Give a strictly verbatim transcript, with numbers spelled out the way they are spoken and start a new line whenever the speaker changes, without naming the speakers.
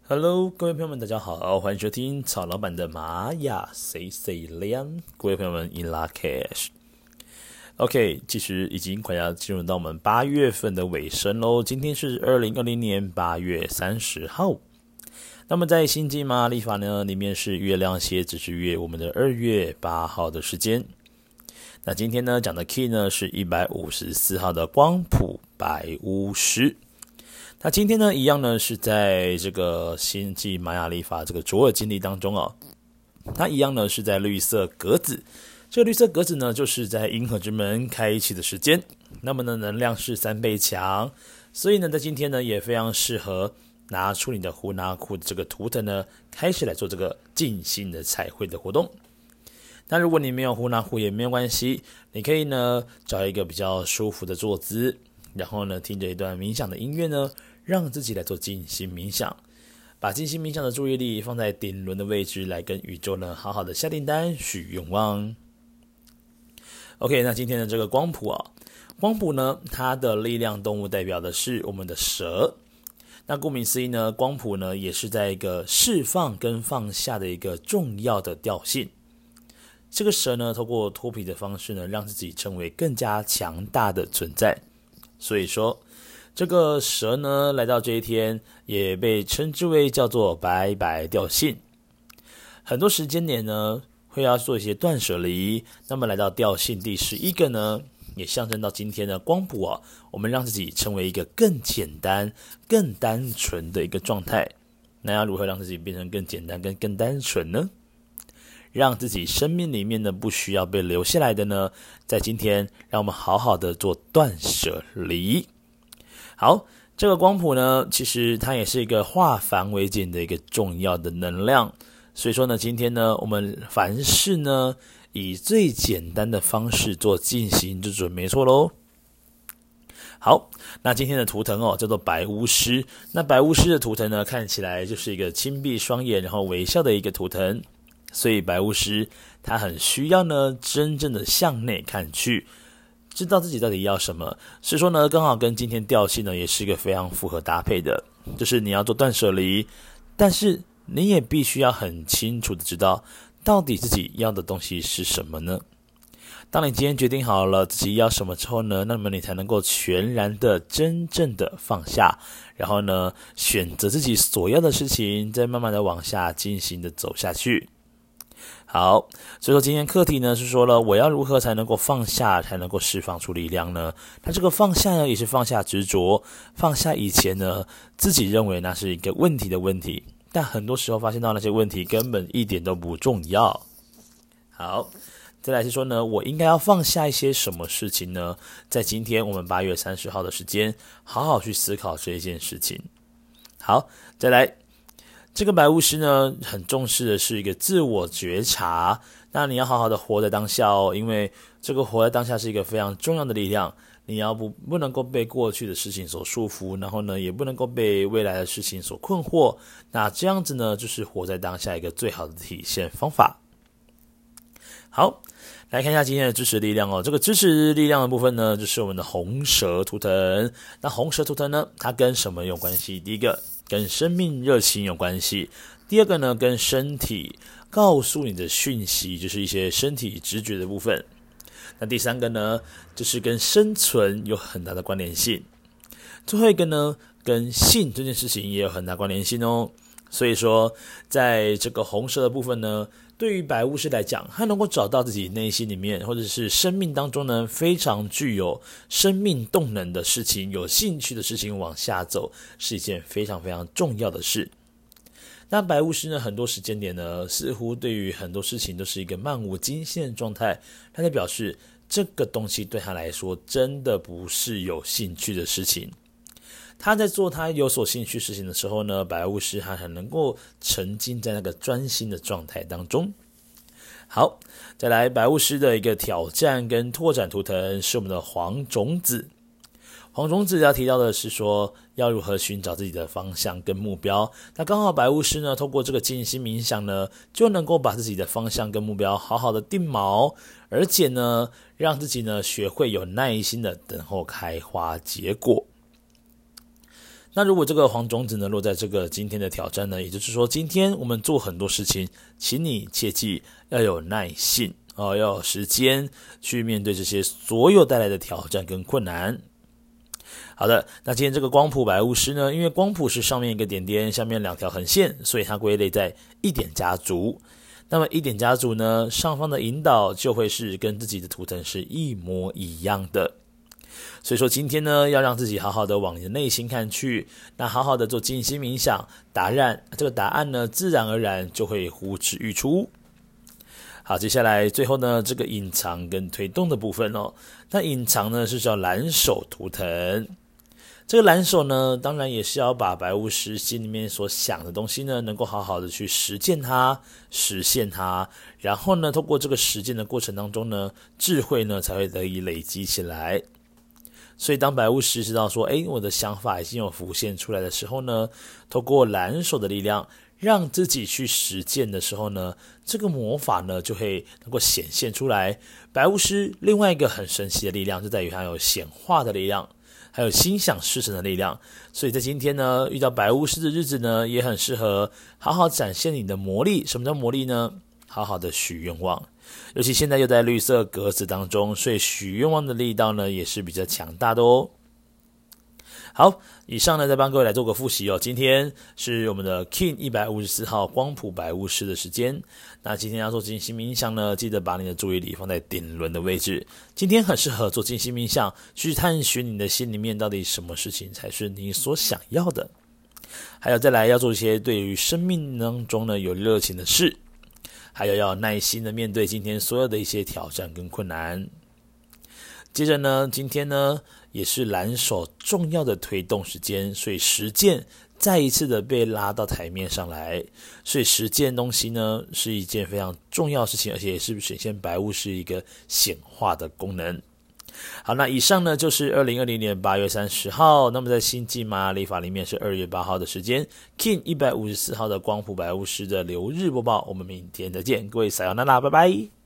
Hello，各位朋友们，大家好，欢迎收听曹老板的玛雅 C C 亮。各位朋友们 ，In La Cash。OK， 其实已经快要进入到我们八月份的尾声喽。今天是二零二零年八月三十号。那么在星际玛雅历法呢，里面是月亮蝎子之月，我们的二月八号的时间。那今天呢讲的 Key 呢是一百五十四号的光谱白巫师。那今天呢，一样呢是在这个星际玛雅历法这个卓尔金历当中哦，它一样呢是在绿色格子。这个绿色格子呢，就是在银河之门开启的时间。那么呢，能量是三倍强，所以呢，在今天呢，也非常适合拿出你的胡纳库的这个图腾呢，开始来做这个静心的彩绘的活动。那如果你没有胡纳库也没有关系，你可以呢找一个比较舒服的坐姿，然后呢听着一段冥想的音乐呢。让自己来做静心冥想，把静心冥想的注意力放在顶轮的位置，来跟宇宙呢好好的下订单许愿望。OK， 那今天的这个光谱啊，光谱呢，它的力量动物代表的是我们的蛇。那顾名思义呢，光谱呢也是在一个释放跟放下的一个重要的调性。这个蛇呢，透过脱皮的方式呢，让自己成为更加强大的存在。所以说。这个蛇呢，来到这一天，也被称之为叫做白白调性。很多时间点呢，会要做一些断舍离。那么来到调性第十一个呢，也象征到今天的光谱啊，我们让自己成为一个更简单、更单纯的一个状态。那要如何让自己变成更简单、跟更单纯呢？让自己生命里面呢不需要被留下来的呢，在今天，让我们好好的做断舍离。好，这个光谱呢，其实它也是一个化繁为简的一个重要的能量。所以说呢，今天呢，我们凡事呢，以最简单的方式做进行，就准没错咯。好，那今天的图腾哦，叫做白巫师。那白巫师的图腾呢，看起来就是一个轻闭双眼，然后微笑的一个图腾。所以白巫师他很需要呢，真正的向内看去。知道自己到底要什么，所以说呢，刚好跟今天调性呢，也是一个非常符合搭配的，就是你要做断舍离，但是你也必须要很清楚的知道，到底自己要的东西是什么呢？当你今天决定好了自己要什么之后呢，那么你才能够全然的、真正的放下，然后呢，选择自己所要的事情，再慢慢的往下进行的走下去。好，所以说今天课题呢是说了，我要如何才能够放下，才能够释放出力量呢？那这个放下呢，也是放下执着，放下以前呢自己认为那是一个问题的问题，但很多时候发现到那些问题根本一点都不重要。好，再来是说呢，我应该要放下一些什么事情呢？在今天我们八月三十号的时间，好好去思考这一件事情。好，再来。这个白巫师呢，很重视的是一个自我觉察。那你要好好的活在当下哦，因为这个活在当下是一个非常重要的力量。你要不不能够被过去的事情所束缚，然后呢，也不能够被未来的事情所困惑。那这样子呢，就是活在当下一个最好的体现方法。好，来看一下今天的支持力量哦。这个支持力量的部分呢，就是我们的红蛇图腾。那红蛇图腾呢，它跟什么有关系？第一个。跟生命热情有关系，第二个呢，跟身体告诉你的讯息，就是一些身体直觉的部分。那第三个呢，就是跟生存有很大的关联性。最后一个呢，跟性这件事情也有很大关联性哦。所以说，在这个红蛇的部分呢，对于白巫师来讲，他能够找到自己内心里面或者是生命当中呢，非常具有生命动能的事情，有兴趣的事情往下走，是一件非常非常重要的事。那白巫师呢，很多时间点呢，似乎对于很多事情都是一个漫无经验的状态，他在表示这个东西对他来说真的不是有兴趣的事情。他在做他有所兴趣事情的时候呢，白巫师他很能够沉浸在那个专心的状态当中。好，再来白巫师的一个挑战跟拓展图腾是我们的黄种子。黄种子要提到的是说，要如何寻找自己的方向跟目标。那刚好白巫师呢，透过这个静心冥想呢，就能够把自己的方向跟目标好好的定锚，而且呢，让自己呢学会有耐心的等候开花结果。 那如果这个黄种子呢落在这个今天的挑战呢，也就是说今天我们做很多事情，请你切记要有耐性哦，要有时间去面对这些所有带来的挑战跟困难。好的，那今天这个光谱白巫师呢，因为光谱是上面一个点点，下面两条横线，所以它归类在一点家族。那么一点家族呢，上方的引导就会是跟自己的图腾是一模一样的。所以说今天呢，要让自己好好的往你的内心看去，那好好的做静心冥想，答案这个答案呢，自然而然就会呼之欲出。好，接下来最后呢，这个隐藏跟推动的部分哦。那隐藏呢是叫蓝手图腾，这个蓝手呢，当然也是要把白巫师心里面所想的东西呢，能够好好的去实践它、实现它，然后呢，透过这个实践的过程当中呢，智慧呢才会得以累积起来。所以当白巫师知道说，诶，我的想法已经有浮现出来的时候呢，透过蓝手的力量，让自己去实践的时候呢，这个魔法呢就会能够显现出来。白巫师另外一个很神奇的力量，就在于它有显化的力量，还有心想事成的力量。所以在今天呢，遇到白巫师的日子呢，也很适合好好展现你的魔力。什么叫魔力呢？好好的许愿望，尤其现在又在绿色格子当中，所以许愿望的力道呢也是比较强大的哦。好，以上呢再帮各位来做个复习哦。今天是我们的 King 一百五十四号光谱白巫师的时间。那今天要做静心冥想呢，记得把你的注意力放在顶轮的位置。今天很适合做静心冥想，去探寻你的心里面到底什么事情才是你所想要的。还有再来要做一些对于生命当中呢有热情的事，还有要耐心的面对今天所有的一些挑战跟困难。接着呢，今天呢也是蓝手重要的推动时间，所以实践再一次的被拉到台面上来。所以实践东西呢是一件非常重要的事情，而且也是显现白巫是一个显化的功能。好，那以上呢就是二零二零年八月三十号，那么在星际玛雅历法里面是二月八号的时间 King 一百五十四号的光谱白巫师的流日播报。我们明天再见，各位撒由那拉，拜拜。